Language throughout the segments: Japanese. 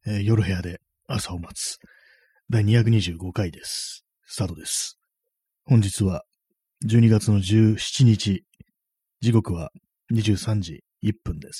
夜部屋で朝を待つ。第225回です。スタートです。本日は12月の17日。時刻は23時1分です。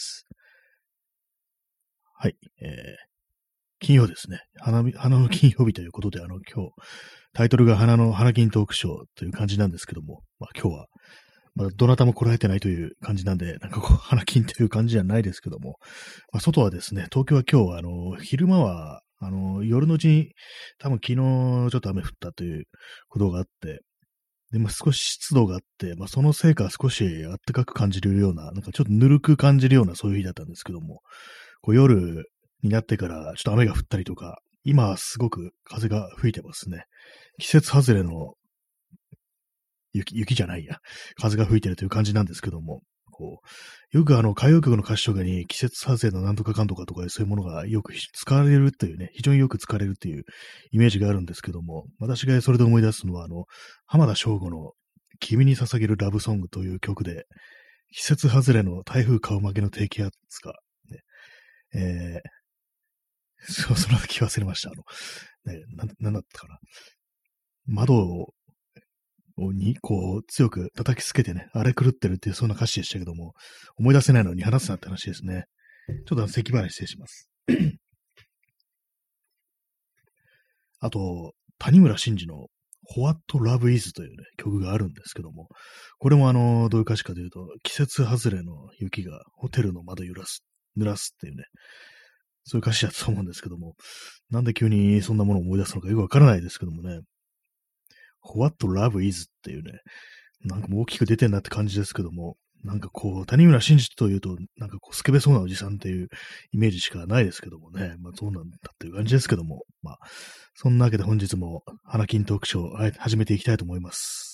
はい。金曜ですね。花の金曜日ということで、今日、タイトルが花金トークショーという感じなんですけども、今日は、どなたも来られてないという感じなんで、花金という感じじゃないですけども、外はですね、東京は今日は、昼間は、夜のうちに、多分昨日ちょっと雨降ったということがあって、で、少し湿度があって、そのせいか少し暖かく感じるような、ちょっとぬるく感じるようなそういう日だったんですけども、夜になってからちょっと雨が降ったりとか、今はすごく風が吹いてますね。季節外れの雪じゃないや。風が吹いてるという感じなんですけども、よく歌謡曲の歌詞とかに季節外れのなんとかかんとかとかそういうものがよく使われるっていうね、非常によく使われるっていうイメージがあるんですけども、私がそれで思い出すのは浜田省吾の君に捧げるラブソングという曲で、季節外れの台風顔負けの低気圧が、ね、その時忘れました。なんだったかな。窓に、強く叩きつけてね、荒れ狂ってるっていう、そんな歌詞でしたけども、思い出せないのに話すなって話ですね。ちょっと咳払い失礼します。あと、谷村新司の What Love Is というね、曲があるんですけども、これもどういう歌詞かというと、季節外れの雪がホテルの窓濡らすっていうね、そういう歌詞だと思うんですけども、なんで急にそんなものを思い出すのかよくわからないですけどもね、What Love Is っていうね、もう大きく出てんなって感じですけども、谷村新司というと、スケベそうなおじさんっていうイメージしかないですけどもね、そうなんだっていう感じですけども、そんなわけで本日も花金トークショー、始めていきたいと思います。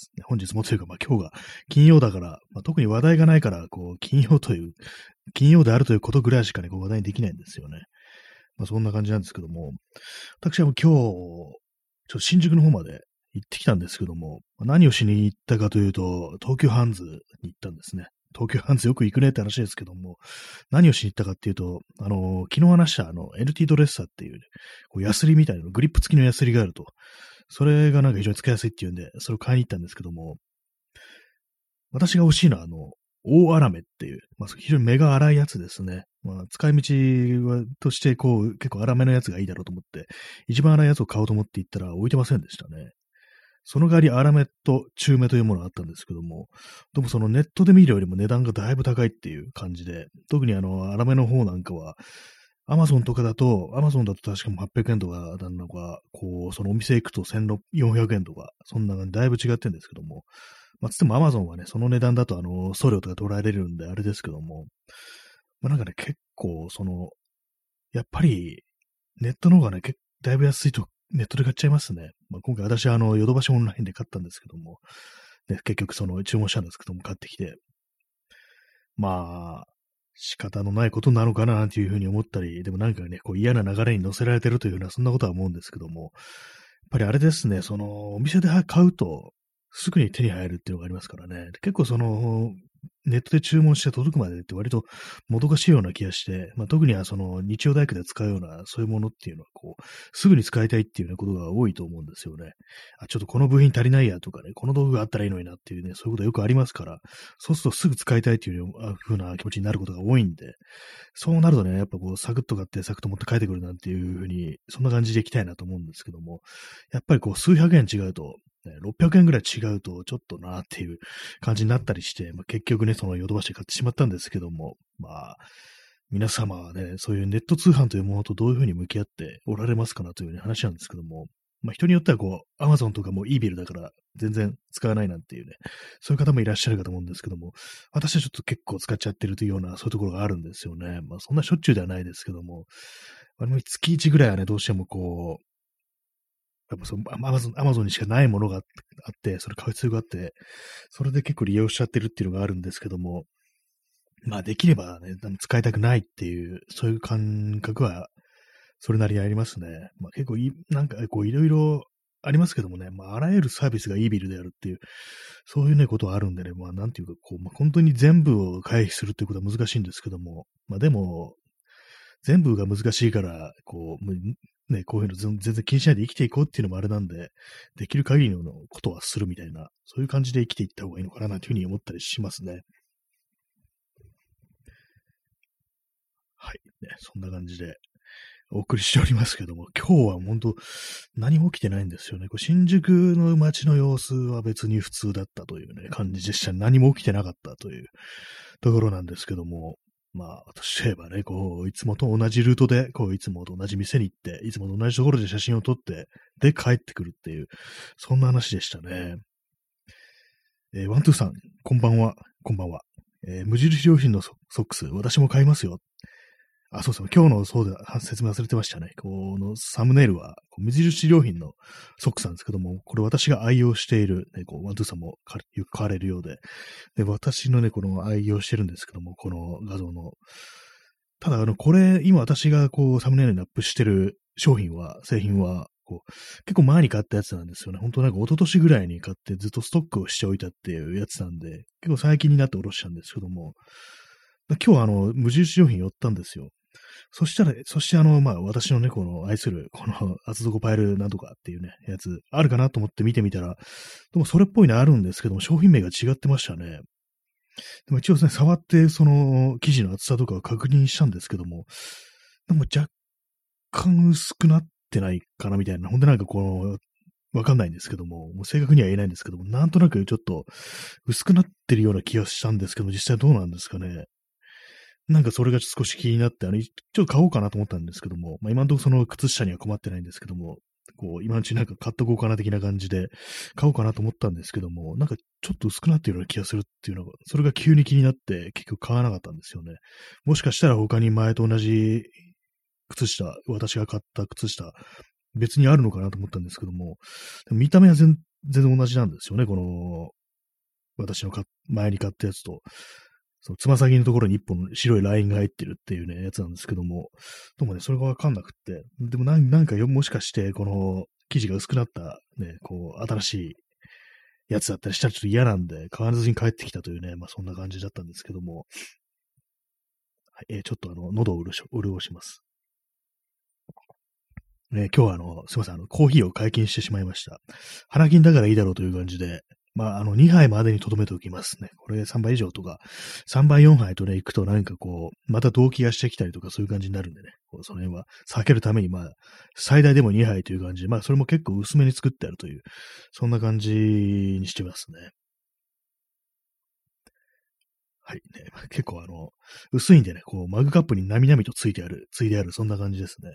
本日もというか、今日が金曜だから、特に話題がないから、金曜であるということぐらいしかね、話題にできないんですよね。そんな感じなんですけども、私はもう今日、ちょっと新宿の方まで行ってきたんですけども、何をしに行ったかというと、東急ハンズに行ったんですね。東急ハンズよく行くねって話ですけども、何をしに行ったかっていうと、昨日話したLT ドレッサーっていう、ね、ヤスリみたいなグリップ付きのヤスリがあると。それが非常に使いやすいっていうんで、それを買いに行ったんですけども、私が欲しいのは大アラメっていう、非常に目が粗いやつですね。使い道として、結構粗めのやつがいいだろうと思って、一番粗いやつを買おうと思って行ったら置いてませんでしたね。その代わり粗めと中めというものがあったんですけども、でもそのネットで見るよりも値段がだいぶ高いっていう感じで、特に粗めの方なんかは、アマゾンだと確かも800円とかなのか、そのお店行くと1400円とか、そんな感じだいぶ違ってるんですけども、つってもアマゾンはね、その値段だと送料とか取られるんであれですけども、結構やっぱりネットの方がね、だいぶ安いとネットで買っちゃいますね。今回私はヨドバシオンラインで買ったんですけども、ね、結局注文したんですけども、買ってきて、仕方のないことなのかななんていうふうに思ったり、でも嫌な流れに乗せられてるというような、そんなことは思うんですけども、やっぱりあれですね、お店で買うと、すぐに手に入るっていうのがありますからね。結構ネットで注文して届くまでって割ともどかしいような気がして、特には日曜大工で使うようなそういうものっていうのはすぐに使いたいっていうようなことが多いと思うんですよね。ちょっとこの部品足りないやとかね、この道具があったらいいのになっていうね、そういうことがよくありますから、そうするとすぐ使いたいっていう風な気持ちになることが多いんで、そうなるとね、やっぱサクッと買ってサクッと持って帰ってくるなんていう風に、そんな感じでいきたいなと思うんですけども、やっぱり数百円違うと、600円ぐらい違うと、ちょっとなっていう感じになったりして、結局ね、そのヨドバシで買ってしまったんですけども、皆様はね、そういうネット通販というものとどういうふうに向き合っておられますかなという、ね、話なんですけども、人によってはアマゾンとかもいいビルだから全然使わないなんていうね、そういう方もいらっしゃるかと思うんですけども、私はちょっと結構使っちゃってるというような、そういうところがあるんですよね。そんなしょっちゅうではないですけども、月1ぐらいはね、どうしてもやっぱアマゾンにしかないものがあって、それ買う必要があって、それで結構利用しちゃってるっていうのがあるんですけども、できればね、使いたくないっていう、そういう感覚は、それなりにありますね。結構いろいろありますけどもね、あらゆるサービスがいいビルであるっていう、そういうね、ことはあるんでね、なんていうか、本当に全部を回避するっていうことは難しいんですけども、でも、 全部が難しいから、こう、ね、こういうの全然気にしないで生きていこうっていうのもあれなんで、できる限りのことはするみたいな、そういう感じで生きていった方がいいのかな、なんていうふうに思ったりしますね。はい。ね、そんな感じでお送りしておりますけども、今日は本当何も起きてないんですよね。こう新宿の街の様子は別に普通だったというね、感じでした。何も起きてなかったというところなんですけども、まあ、私といえばね、こう、いつもと同じルートで、こう、いつもと同じ店に行って、いつもと同じところで写真を撮って、で、帰ってくるっていう、そんな話でしたね。ワントゥーさん、こんばんは。こんばんは。無印良品のソックス、私も買いますよ。あ、そうそう、今日のそうだ、説明忘れてましたね。このサムネイルは、無印良品のソックスなんですけども、これ私が愛用している、ね、こう、ワントゥーさんもよく買われるようで、で、私のね、この愛用してるんですけども、この画像の。ただ、これ、今私がこう、サムネイルにアップしてる製品は、こう、結構前に買ったやつなんですよね。本当なんか一昨年ぐらいに買ってずっとストックをしておいたっていうやつなんで、結構最近になっておろしたんですけども、今日は無印良品寄ったんですよ。そしてまあ、私のね、この愛する、この厚底パイルなんとかっていうね、やつ、あるかなと思って見てみたら、でもそれっぽいのあるんですけども、商品名が違ってましたね。でも一応ね、触って、その、生地の厚さとかを確認したんですけども、でも若干薄くなってないかなみたいな、ほんでなんかこの、わかんないんですけども、もう正確には言えないんですけども、なんとなくちょっと薄くなってるような気がしたんですけども、実際どうなんですかね。なんかそれが少し気になって、ちょっと買おうかなと思ったんですけども、まあ今のところその靴下には困ってないんですけども、こう、今のうちなんか買っとこうかな的な感じで買おうかなと思ったんですけども、なんかちょっと薄くなっているような気がするっていうのが、それが急に気になって結局買わなかったんですよね。もしかしたら他に前と同じ靴下、私が買った靴下、別にあるのかなと思ったんですけども、でも見た目は全然同じなんですよね、この、私の前に買ったやつと。そのつま先のところに一本白いラインが入ってるっていうね、やつなんですけども、でもね、それがわかんなくって、でもなんかもしかして、この生地が薄くなったね、こう、新しいやつだったりしたらちょっと嫌なんで、買わずに帰ってきたというね、まあそんな感じだったんですけども、はい、ちょっと喉を潤します。ね、今日はすいません、コーヒーを解禁してしまいました。花金だからいいだろうという感じで、まあ、2杯までに留めておきますね。これ3杯以上とか、3杯4杯とね、行くとなんかこう、また動悸がしてきたりとかそういう感じになるんでね、こうその辺は避けるために、まあ、最大でも2杯という感じで、まあ、それも結構薄めに作ってあるという、そんな感じにしてますね。はい、ね。結構薄いんでね、こう、マグカップになみなみとついてある、そんな感じですね。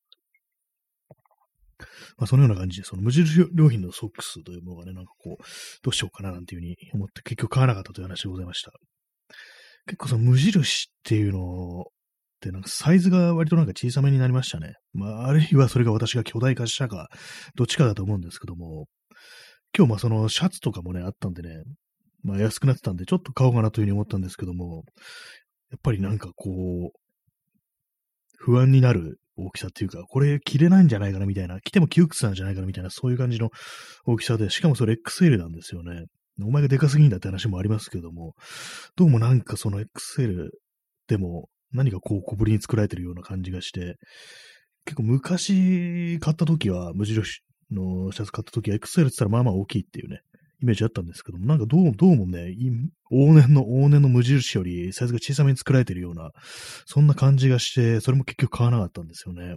まあ、そのような感じで、その無印良品のソックスというものがね、なんかこう、どうしようかななんていうふうに思って結局買わなかったという話でございました。結構その無印っていうのってなんかサイズが割となんか小さめになりましたね。まあ、あるいはそれが私が巨大化したか、どっちかだと思うんですけども、今日まあそのシャツとかもね、あったんでね、まあ安くなってたんでちょっと買おうかなというふうに思ったんですけども、やっぱりなんかこう、不安になる大きさっていうか、これ着れないんじゃないかなみたいな、着ても窮屈なんじゃないかなみたいな、そういう感じの大きさで、しかもそれ XL なんですよね。お前がでかすぎんだって話もありますけども、どうもなんかその XL でも何かこう小ぶりに作られてるような感じがして、結構昔買った時は、無印のシャツ買った時は XL って言ったらまあまあ大きいっていうね、イメージあったんですけども、なんかどうもね、往年の無印よりサイズが小さめに作られてるような、そんな感じがして、それも結局買わなかったんですよね。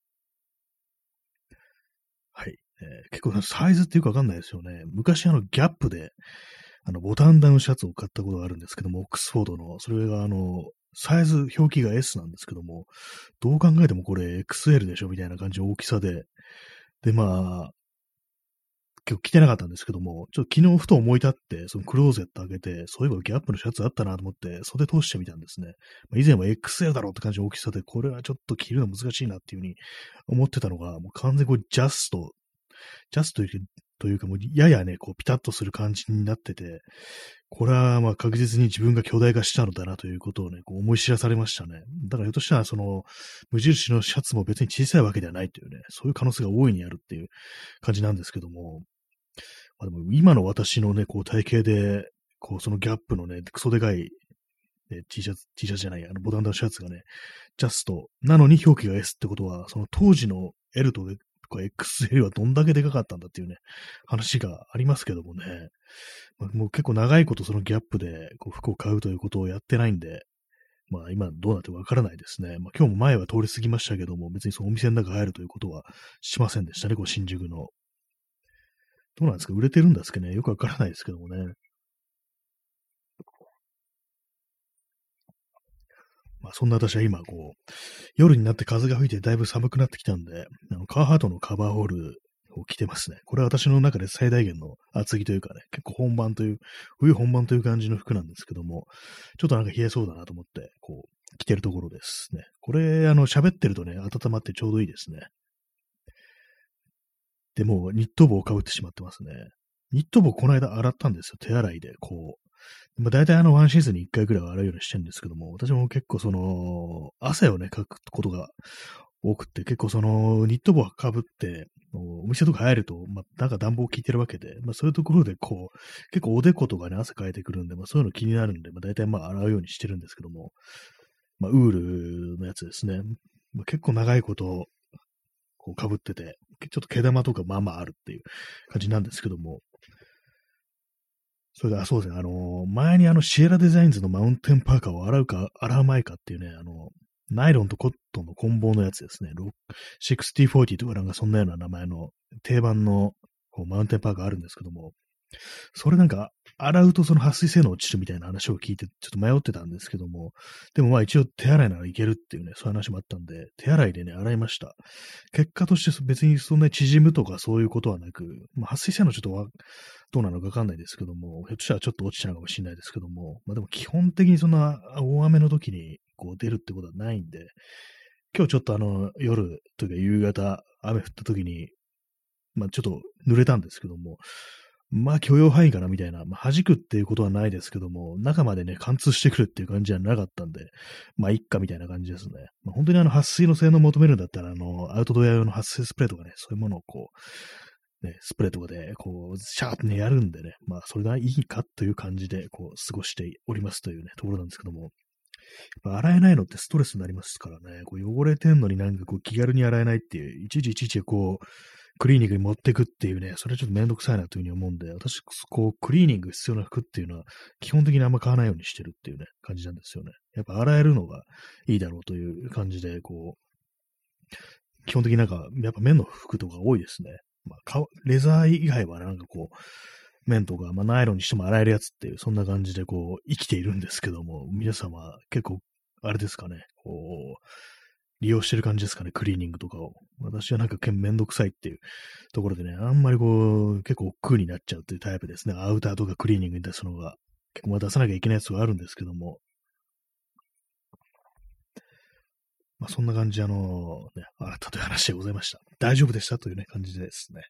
はい。結構サイズってよくわかんないですよね。昔ギャップで、ボタンダウンシャツを買ったことがあるんですけども、オックスフォードの、それがサイズ表記が S なんですけども、どう考えてもこれ XL でしょみたいな感じの大きさで、で、まあ、結構着てなかったんですけども、ちょっと昨日ふと思い立って、そのクローゼット開けて、そういえばギャップのシャツあったなと思って、袖通してみたんですね。以前は XL だろうって感じの大きさで、これはちょっと着るの難しいなっていうふうに思ってたのが、もう完全にこうジャストというか、もうややね、こうピタッとする感じになってて、これはまあ確実に自分が巨大化したのだなということをね、こう思い知らされましたね。だからひょっとしたらその無印のシャツも別に小さいわけではないというね、そういう可能性が大いにあるっていう感じなんですけども、まあ、でも今の私のね、こう体型で、こうそのギャップのね、クソでかい T シャツじゃない、ボタンダウンシャツがね、ジャストなのに表記が S ってことは、その当時の L とか XL はどんだけでかかったんだっていうね、話がありますけどもね、もう結構長いことそのギャップでこう服を買うということをやってないんで、今どうなってわからないですね。今日も前は通り過ぎましたけども、別にそのお店の中入るということはしませんでしたね、こう新宿の。どうなんですか、売れてるんですかね、よくわからないですけどもね。そんな私は今、夜になって風が吹いてだいぶ寒くなってきたんで、カーハートのカバーホールを着てますね。これは私の中で最大限の厚着というかね、結構冬本番という感じの服なんですけども、ちょっとなんか冷えそうだなと思って、着てるところですね。これ、喋ってるとね、温まってちょうどいいですね。で、もうニット帽をかぶってしまってますね。ニット帽この間洗ったんですよ。手洗いで、大体ワンシーズンに1回ぐらいは洗うようにしてるんですけども、私も結構汗をね、かくことが多くって、結構ニット帽をかぶって、お店とか入ると、なんか暖房効いてるわけで、そういうところで結構おでことかね、汗かいてくるんで、そういうの気になるんで、大体洗うようにしてるんですけども、ウールのやつですね。結構長いこと被ってて、ちょっと毛玉とかあるっていう感じなんですけども、それで、そうですね、前にシエラデザインズのマウンテンパーカーを洗うか洗うまいかっていうね、ナイロンとコットンの混紡のやつですね、6040とかなんかそんなような名前の定番のマウンテンパーカーあるんですけども、それなんか、洗うとその撥水性能落ちるみたいな話を聞いて、ちょっと迷ってたんですけども、でも一応手洗いならいけるっていうね、そういう話もあったんで、手洗いでね、洗いました。結果として別にそんなに縮むとかそういうことはなく、撥水性能ちょっとどうなのかわかんないですけども、ひょっとしたらちょっと落ちたのかもしれないですけども、でも基本的にそんな大雨の時に出るってことはないんで、今日ちょっと夜というか夕方、雨降った時に、ちょっと濡れたんですけども、許容範囲かなみたいな、弾くっていうことはないですけども、中までね、貫通してくるっていう感じじゃなかったんで、いっかみたいな感じですね。本当に撥水の性能を求めるんだったら、アウトドア用の撥水スプレーとかね、そういうものをね、スプレーとかで、シャーってね、やるんでね、それがいいかという感じで、過ごしておりますというね、ところなんですけども、洗えないのってストレスになりますからね、汚れてんのになんか気軽に洗えないっていう、いちいちクリーニングに持ってくっていうね、それはちょっとめんどくさいなというふうに思うんで、私、クリーニング必要な服っていうのは、基本的にあんま買わないようにしてるっていうね、感じなんですよね。やっぱ洗えるのがいいだろうという感じで、基本的になんか、やっぱ綿の服とか多いですね。レザー以外はなんか綿とか、ナイロンにしても洗えるやつっていう、そんな感じで生きているんですけども、皆様結構、あれですかね、利用してる感じですかね、クリーニングとかを。私はなんかめんどくさいっていうところでね、あんまり結構億劫になっちゃうっていうタイプですね。アウターとかクリーニングに出すのが。結構出さなきゃいけないやつがあるんですけども。そんな感じ洗ったという話でございました。大丈夫でしたというね、感じですね。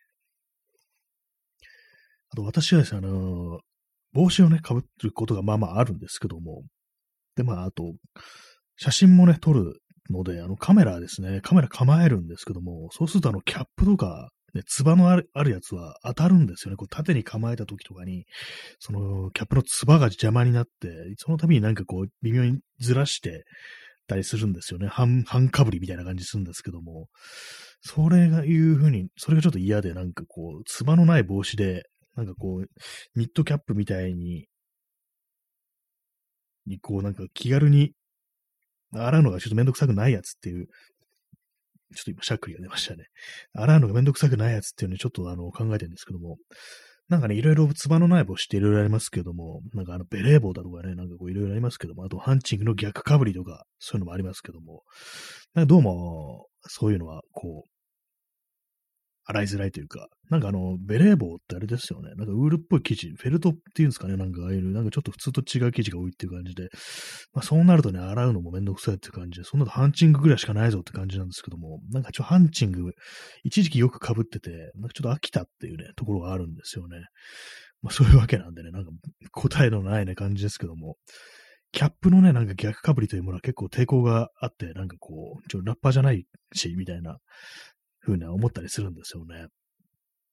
あと私はですね、帽子をね、被ることがあるんですけども。で、あと、写真もね、撮るので、カメラですね、カメラ構えるんですけども、そうするとキャップとか、ね、つばのあるやつは当たるんですよね。縦に構えた時とかに、そのキャップのつばが邪魔になって、その度になんか微妙にずらしてたりするんですよね。半かぶりみたいな感じするんですけども、それがそれがちょっと嫌で、なんかつばのない帽子で、なんかニットキャップみたいになんか気軽に洗うのがちょっとめんどくさくないやつっていう、ちょっと今しゃっくりが出ましたね。洗うのがめんどくさくないやつっていうのにちょっと考えてるんですけども、なんかね、いろいろつばのない帽子っていろいろありますけども、なんかベレー帽だとかね、なんかいろいろありますけども、あとハンチングの逆かぶりとか、そういうのもありますけども、なんかどうも、そういうのは洗いづらいというか、なんかベレー帽ってあれですよね。なんかウールっぽい生地、フェルトっていうんですかね。なんかああいう、なんかちょっと普通と違う生地が多いっていう感じで、そうなるとね、洗うのもめんどくさいっていう感じで、そんなのハンチングぐらいしかないぞって感じなんですけども、なんかハンチング、一時期よく被ってて、なんかちょっと飽きたっていうね、ところがあるんですよね。そういうわけなんでね、なんか答えのないね、感じですけども、キャップのね、なんか逆かぶりというものは結構抵抗があって、なんかラッパーじゃないし、みたいな風に思ったりするんですよね。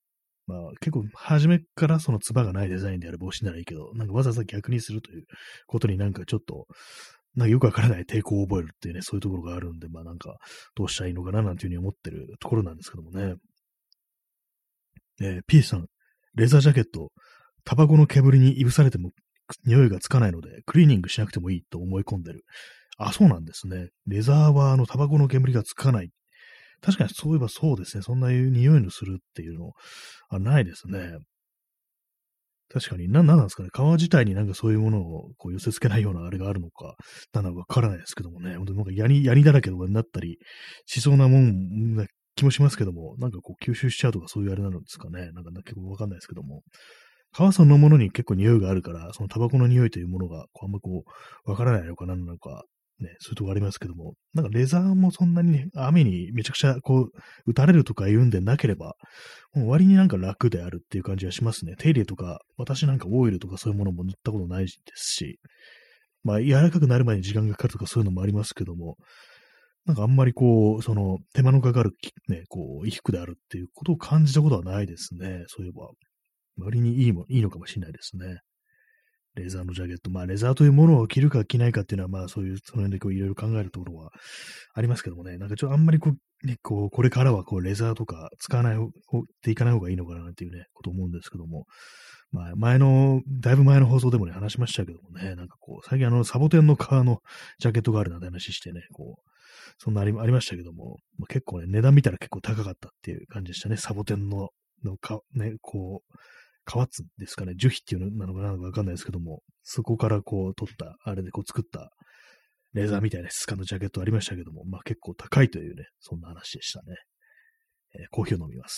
まあ結構初めからそのつばがないデザインである帽子ならいいけど、なんかわざわざ逆にするということになんかちょっと、なんかよくわからない抵抗を覚えるっていうね、そういうところがあるんで、まあなんかどうしたらいいのかななんていうふうに思ってるところなんですけどもね。P さん、レザージャケット、タバコの煙にいぶされても匂いがつかないので、クリーニングしなくてもいいと思い込んでる。あ、そうなんですね。レザーはタバコの煙がつかない。確かにそういえばそうですね。そんな匂いのするっていうの、ないですね。確かに、なんなんですかね。革自体になんかそういうものをこう寄せ付けないようなあれがあるのか、なんだかわからないですけどもね。本当になんかヤニだらけとかになったりしそうなもんな気もしますけども、なんかこう吸収しちゃうとかそういうあれなのですかね。なんか結構わかんないですけども。革そのものに結構匂いがあるから、そのタバコの匂いというものがこうあんまこう、わからないのかなんなのか、ね、そういうとこありますけども、なんかレザーもそんなにね、雨にめちゃくちゃこう、打たれるとか言うんでなければ、もう割になんか楽であるっていう感じはしますね。手入れとか、私なんかオイルとかそういうものも塗ったことないですし、まあ柔らかくなる前に時間がかかるとかそういうのもありますけども、なんかあんまりこう、その手間のかかるね、こう、衣服であるっていうことを感じたことはないですね。そういえば。割にいいのかもしれないですね。レザーのジャケット。まあ、レザーというものを着るか着ないかっていうのは、まあ、そういう、その辺でこういろいろ考えるところはありますけどもね。なんかちょっとあんまりこう、ね、こう、これからはこう、レザーとか使わない方でいかない方がいいのかなっていうね、こと思うんですけども。まあ、だいぶ前の放送でもね、話しましたけどもね、なんかこう、最近サボテンの革のジャケットがあるなんて話してね、こう、そんなありましたけども、まあ、結構ね、値段見たら結構高かったっていう感じでしたね。サボテンね、こう、皮つですかね、樹皮っていうのなのかなのかわかんないですけども、そこからこう取った、あれでこう作ったレザーみたいな質感のジャケットありましたけども、まあ結構高いというね、そんな話でしたね。コーヒーを飲みます。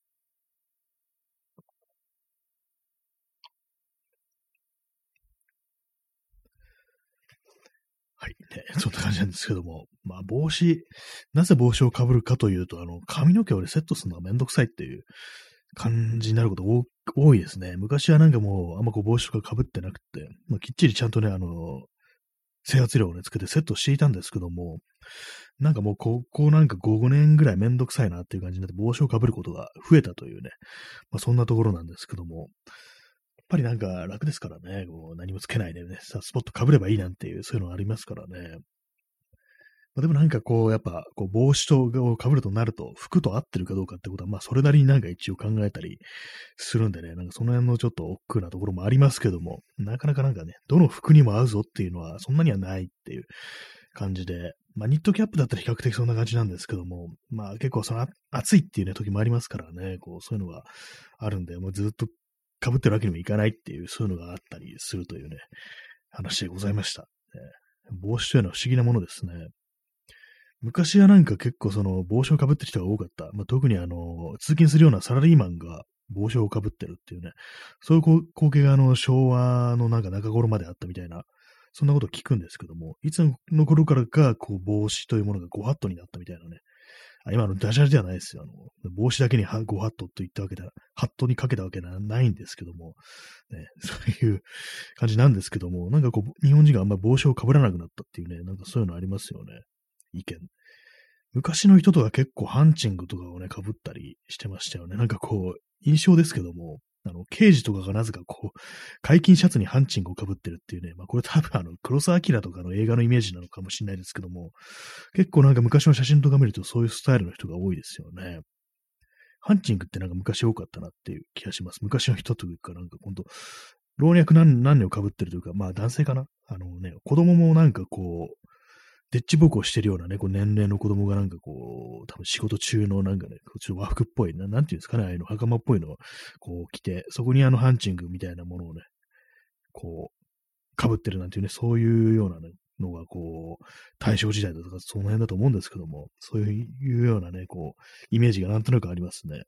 はい。ね、そんな感じなんですけども、まあなぜ帽子をかぶるかというと、髪の毛をねセットするのがめんどくさいっていう感じになること多いですね。昔はなんかもう、あんまこう帽子とか被ってなくて、まあ、きっちりちゃんとね、整髪料をね、つけてセットしていたんですけども、なんかもう、ここなんか5年ぐらいめんどくさいなっていう感じになって帽子をかぶることが増えたというね、まあそんなところなんですけども、やっぱりなんか楽ですからね、こう何もつけないでね、さ、スポット被ればいいなんていう、そういうのありますからね。まあ、でもなんかこう、やっぱ、こう帽子を被るとなると、服と合ってるかどうかってことは、まあそれなりになんか一応考えたりするんでね、なんかその辺のちょっと億劫なところもありますけども、なかなかなんかね、どの服にも合うぞっていうのはそんなにはないっていう感じで、まあニットキャップだったら比較的そんな感じなんですけども、まあ結構暑いっていうね、時もありますからね、こうそういうのがあるんで、もうずっと被ってるわけにもいかないっていう、そういうのがあったりするというね、話でございました。帽子というのは不思議なものですね。昔はなんか結構その帽子をかぶってる人が多かった。まあ、特に通勤するようなサラリーマンが帽子をかぶってるっていうね、そういう光景が昭和のなんか中頃まであったみたいな、そんなことを聞くんですけども、いつの頃からかこう帽子というものがご法度になったみたいなね。今ダジャレではないですよ。帽子だけにご法度と言ったわけだ、ハットにかけたわけではないんですけども、ね、そういう感じなんですけども、なんかこう、日本人があんまり帽子をかぶらなくなったっていうね、なんかそういうのありますよね。意見。昔の人とか結構ハンチングとかをね、被ったりしてましたよね。なんかこう、印象ですけども、刑事とかがなぜかこう、解禁シャツにハンチングを被ってるっていうね、まあこれ多分黒澤明とかの映画のイメージなのかもしれないですけども、結構なんか昔の写真とか見るとそういうスタイルの人が多いですよね。ハンチングってなんか昔多かったなっていう気がします。昔の人というかなんか本当老若男女を被ってるというか、まあ男性かな。子供もなんかこう、デッチ奉公してるようなね、こう年齢の子供がなんかこう、多分仕事中のなんかね、ちょっと和服っぽいなんていうんですかね、ああいうの袴っぽいのをこう着て、そこにハンチングみたいなものをね、こう、被ってるなんていうね、そういうようなね、のがこう、大正時代だとか、その辺だと思うんですけども、そういうようなね、こう、イメージがなんとなくありますね。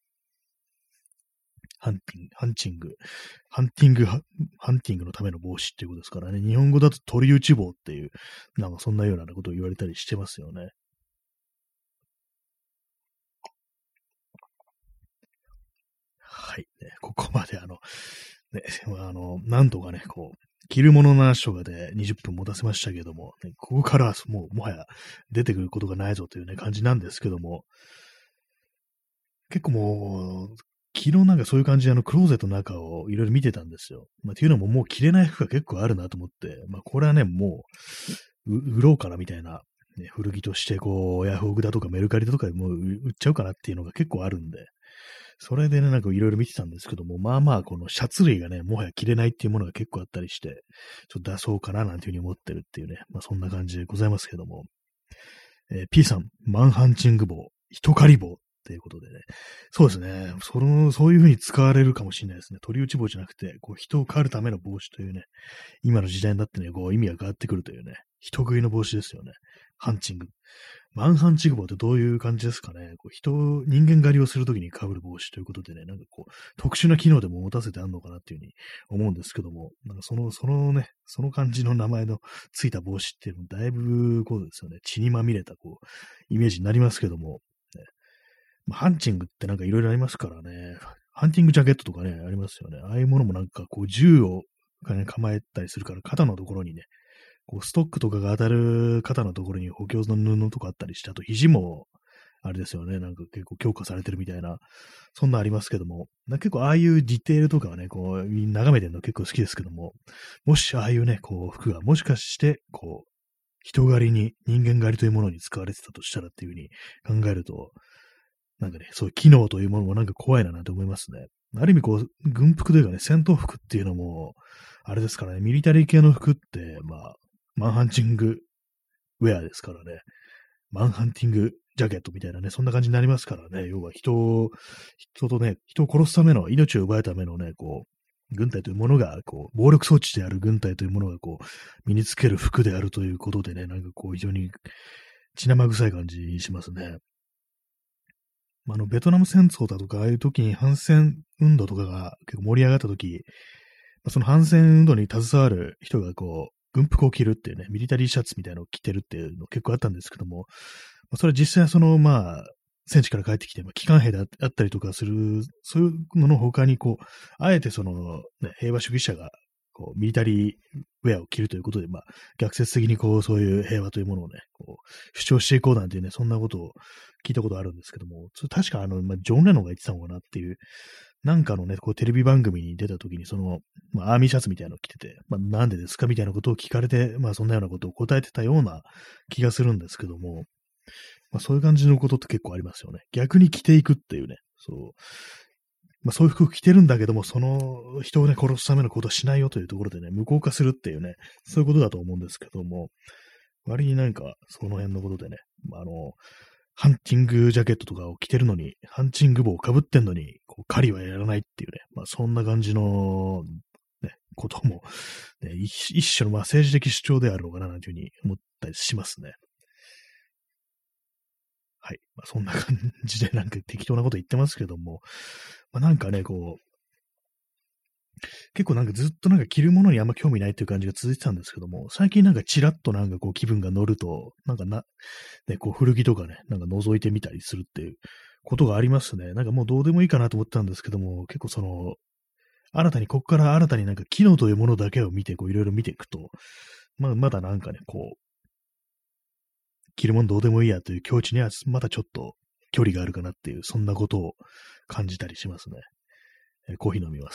ハンチング、ハンティングのための帽子っていうことですからね。日本語だと鳥打ち棒っていう、なんかそんなようなことを言われたりしてますよね。はい。ね、ここまでね、なんとかね、こう、着るものなしとかで20分持たせましたけども、ね、ここからはもう、もはや出てくることがないぞというね、感じなんですけども、結構もう、 昨日なんかそういう感じでクローゼットの中をいろいろ見てたんですよ。っていうのももう着れない服が結構あるなと思って、これはね、も売ろうかなみたいな、ね、古着としてヤフオクだとかメルカリだとかでもう売っちゃうかなっていうのが結構あるんで、それでね、なんかいろいろ見てたんですけども、このシャツ類がね、もはや着れないっていうものが結構あったりして、ちょっと出そうかななんていうふうに思ってるっていうね、そんな感じでございますけども、P さん、マンハンチング帽、人狩り帽っていうことでね、そうですね、そういうふうに使われるかもしれないですね。取り打ち帽じゃなくて、人を狩るための帽子というね、今の時代になってね、意味が変わってくるというね、人食いの帽子ですよね。ハンチング。マンハンチング帽ってどういう感じですかね。人間狩りをするときに被る帽子ということでね、なんか特殊な機能でも持たせてあるのかなっていうふうに思うんですけども、なんかそのね、その感じの名前のついた帽子っていうのもだいぶですよね、血にまみれたイメージになりますけども、ね、ハンチングってなんかいろいろありますからね、ハンティングジャケットとかね、ありますよね。ああいうものもなんか銃を、ね、構えたりするから肩のところにね、ストックとかが当たる肩のところに補強の布とかあったりして、あと肘も、あれですよね、なんか結構強化されてるみたいな、そんなありますけども、結構ああいうディテールとかはね、眺めてるの結構好きですけども、もしああいうね、服がもしかして、人狩りに、人間狩りというものに使われてたとしたらっていうふうに考えると、なんかね、そういう機能というものもなんか怖いななんて思いますね。ある意味軍服というかね、戦闘服っていうのも、あれですからね、ミリタリー系の服って、マンハンチングウェアですからね。マンハンティングジャケットみたいなね、そんな感じになりますからね。要は人を殺すための、命を奪うためのね、軍隊というものが、暴力装置である軍隊というものが、身につける服であるということでね、なんか非常に血生臭い感じしますね。ベトナム戦争だとか、ああいう時に反戦運動とかが結構盛り上がった時、その反戦運動に携わる人が軍服を着るっていうね、ミリタリーシャツみたいなのを着てるっていうの結構あったんですけども、それ実際戦地から帰ってきて、機関兵であったりとかする、そういうのの他にあえて平和主義者が、ミリタリーウェアを着るということで、逆説的にそういう平和というものをね、主張していこうなんていうね、そんなことを聞いたことあるんですけども、確かジョン・レノンが言ってたのかなっていう、なんかのね、テレビ番組に出た時に、アーミーシャツみたいなのを着てて、なんでですかみたいなことを聞かれて、そんなようなことを答えてたような気がするんですけども、そういう感じのことって結構ありますよね。逆に着ていくっていうね、そういう服着てるんだけども、その人をね、殺すためのことはしないよというところでね、無効化するっていうね、そういうことだと思うんですけども、割になんか、その辺のことでね、ハンティングジャケットとかを着てるのに、ハンチング帽をかぶってんのに、狩りはやらないっていうね、そんな感じの、ね、ことも、ね、一種の政治的主張であるのかな、なんていうふうに思ったりしますね。はい。そんな感じでなんか適当なこと言ってますけども、なんかね、結構なんかずっとなんか着るものにあんま興味ないっていう感じが続いてたんですけども、最近なんかチラッとなんか気分が乗ると、なんかね、古着とかね、なんか覗いてみたりするっていうことがありますね。なんかもうどうでもいいかなと思ってたんですけども、結構ここから新たになんか機能というものだけを見て、いろいろ見ていくと、まだなんかね、着るもんどうでもいいやという境地には、まだちょっと距離があるかなっていう、そんなことを感じたりしますね。コーヒー飲みます。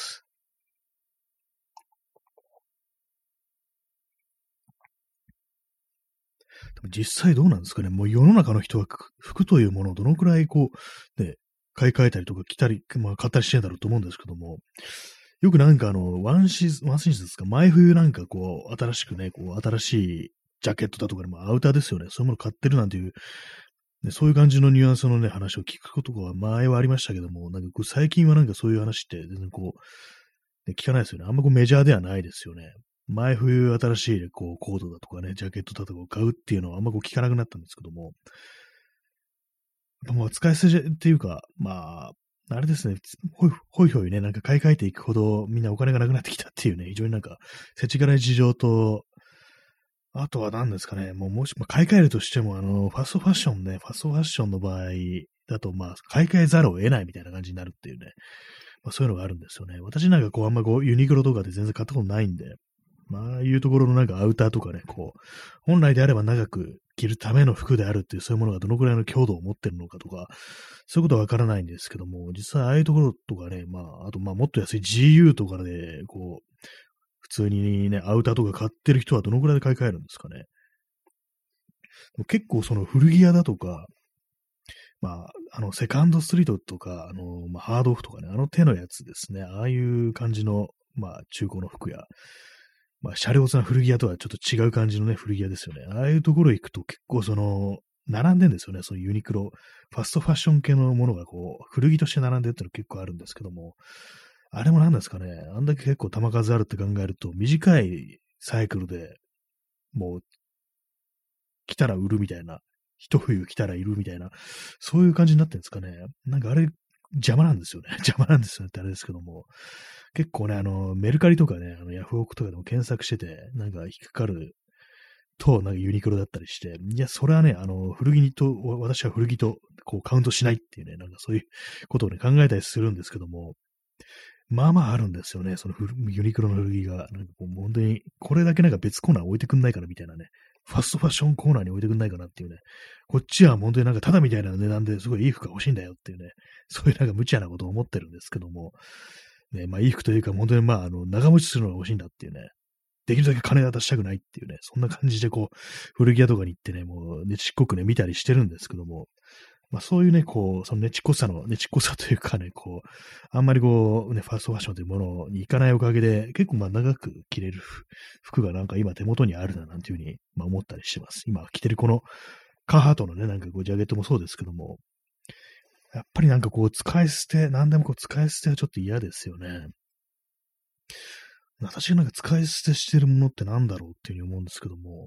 実際どうなんですかね。もう世の中の人は服というものをどのくらいね、買い替えたりとか着たり、買ったりしてんだろうと思うんですけども、よくなんかワンシーズンですか、毎冬なんか新しくね、新しいジャケットだとかでもアウターですよね。そういうもの買ってるなんていうね、そういう感じのニュアンスのね、話を聞くことが前はありましたけども、なんか最近はなんかそういう話って全然ね、聞かないですよね。あんまメジャーではないですよね。毎冬新しいコードだとかね、ジャケットだとかを買うっていうのはあんま聞かなくなったんですけども、もう使い捨てっていうか、あれですね、ほいほいね、なんか買い替えていくほどみんなお金がなくなってきたっていうね、非常になんか、世知辛い事情と、あとは何ですかね、もし、買い替えるとしても、ファストファッションね、ファストファッションの場合だと、買い替えざるを得ないみたいな感じになるっていうね、そういうのがあるんですよね。私なんかあんまユニクロとかで全然買ったことないんで、 ああいうところのなんかアウターとかね、こう、本来であれば長く着るための服であるっていう、そういうものがどのくらいの強度を持ってるのかとか、そういうことはわからないんですけども、実際ああいうところとかね、あともっと安い GU とかで、こう、普通にね、アウターとか買ってる人はどのくらいで買い替えるんですかね。結構その古着屋だとか、セカンドストリートとか、ハードオフとかね、あの手のやつですね。ああいう感じの、中古の服や、車両な古着屋とはちょっと違う感じのね、古着屋ですよね。ああいうところ行くと結構並んでんですよね。そういうユニクロ、ファストファッション系のものがこう、古着として並んでるっての結構あるんですけども、あれも何ですかね。あんだけ結構玉数あるって考えると、短いサイクルでもう来たら売るみたいな、一冬来たらいるみたいな、そういう感じになってるんですかね。なんかあれ、邪魔なんですよね。邪魔なんですよねってあれですけども。結構ね、メルカリとかね、ヤフオクとかでも検索してて、なんか引っかかると、なんかユニクロだったりして、いや、それはね、古着と、私は古着と、こう、カウントしないっていうね、なんかそういうことをね、考えたりするんですけども、あるんですよね、そのユニクロの古着が。なんかこう、本当に、これだけなんか別コーナー置いてくんないからみたいなね、ファストファッションコーナーに置いてくんないかなっていうね、こっちは本当になんかただみたいな値段ですごいいい服が欲しいんだよっていうね、そういうなんか無茶なことを思ってるんですけども、ね、いい服というか、本当に長持ちするのが欲しいんだっていうね、できるだけ金は出したくないっていうね、そんな感じでこう、古着屋とかに行ってね、もうねちっこくね、見たりしてるんですけども、そういうね、こう、そのねちっこさというかね、こう、あんまりこう、ね、ファーストファッションというものに行かないおかげで、結構長く着れる服がなんか今手元にあるな、なんていうふうに、思ったりしてます。今着てるこのカーハートのね、なんかこう、ジャケットもそうですけども、やっぱりなんかこう、使い捨て、何でもこう、使い捨てはちょっと嫌ですよね。私がなんか使い捨てしてるものってなんだろうっていうふうに思うんですけども、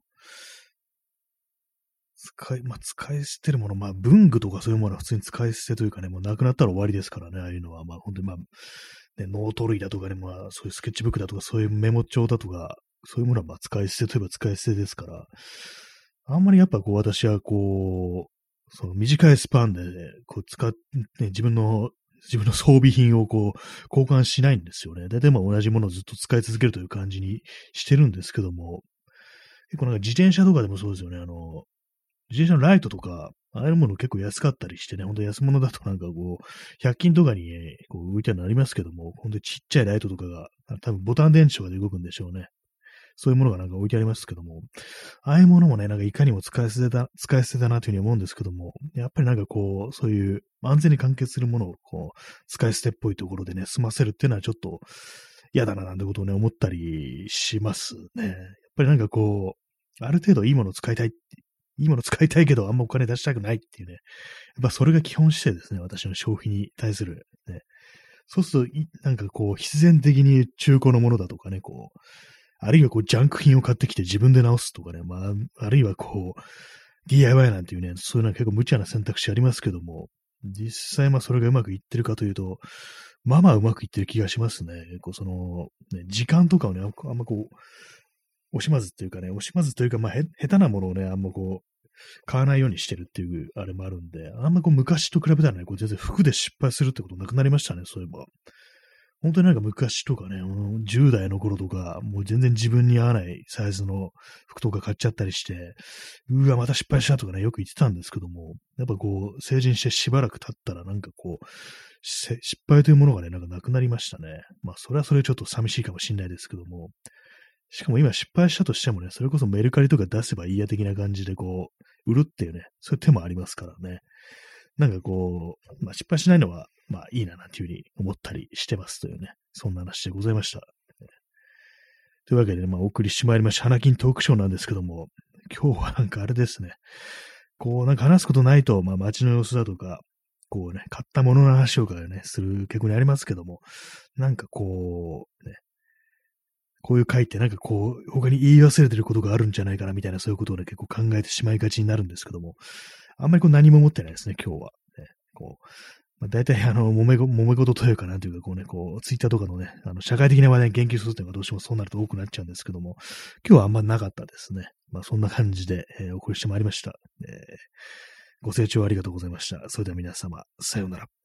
使い捨てるもの、文具とかそういうものは普通に使い捨てというかね、もうなくなったら終わりですからね、ああいうのは、本当にね、ノート類だとかね、そういうスケッチブックだとか、そういうメモ帳だとか、そういうものは使い捨てといえば使い捨てですから、あんまりやっぱこう私はこう、その短いスパンで、こうね、自分の装備品をこう、交換しないんですよね。で、同じものをずっと使い続けるという感じにしてるんですけども、結構なんか自転車とかでもそうですよね。自転車のライトとか、ああいうもの結構安かったりしてね、ほんと安物だとなんかこう、100均とかに、こう置いてあるのありますけども、ほんとちっちゃいライトとかが、多分ボタン電池とかで動くんでしょうね。そういうものがなんか置いてありますけども、ああいうものもね、なんかいかにも使い捨てだなというふうに思うんですけども、やっぱりなんかこう、そういう安全に関係するものをこう、使い捨てっぽいところでね、済ませるっていうのはちょっと嫌だななんてことをね、思ったりしますね。やっぱりなんかこう、ある程度いいものを使いたいいいもの使いたいけど、あんまお金出したくないっていうね。やっぱそれが基本姿勢ですね。私の消費に対する。ね。そうすると、なんかこう、必然的に中古のものだとかね、こう、あるいはこう、ジャンク品を買ってきて自分で直すとかね、あるいはこう、DIY なんていうね、そういうのは結構無茶な選択肢ありますけども、実際それがうまくいってるかというと、うまくいってる気がしますね。こうね、時間とかをね、あんまこう、惜しまずというか、下手なものをね、あんまこう、買わないようにしてるっていうあれもあるんで、あんまこう昔と比べたらね、こう全然服で失敗するってことなくなりましたね、そういえば。本当になんか昔とかね、10代の頃とか、もう全然自分に合わないサイズの服とか買っちゃったりして、うわ、また失敗したとかね、よく言ってたんですけども、やっぱこう、成人してしばらく経ったらなんかこう、失敗というものがね、なんかなくなりましたね。それはそれちょっと寂しいかもしれないですけども、しかも今失敗したとしてもね、それこそメルカリとか出せばいいや的な感じでこう、売るっていうね、そういう手もありますからね。なんかこう、失敗しないのは、いいななんていうふうに思ったりしてますというね、そんな話でございました。というわけでね、お送りしてまいりました、花金トークショーなんですけども、今日はなんかあれですね、こうなんか話すことないと、街の様子だとか、こうね、買ったものの話とかね、する結構にありますけども、なんかこう、ね、こういう回ってなんかこう、他に言い忘れてることがあるんじゃないかなみたいなそういうことをね、結構考えてしまいがちになるんですけども、あんまりこう何も思ってないですね、今日は。ね、こう、大体揉め事というかなんていうか、こうね、こう、ツイッターとかのね、社会的な話題に言及するというのがどうしてもそうなると多くなっちゃうんですけども、今日はあんまなかったですね。そんな感じで、お送りしてまいりました。ご清聴ありがとうございました。それでは皆様、さようなら。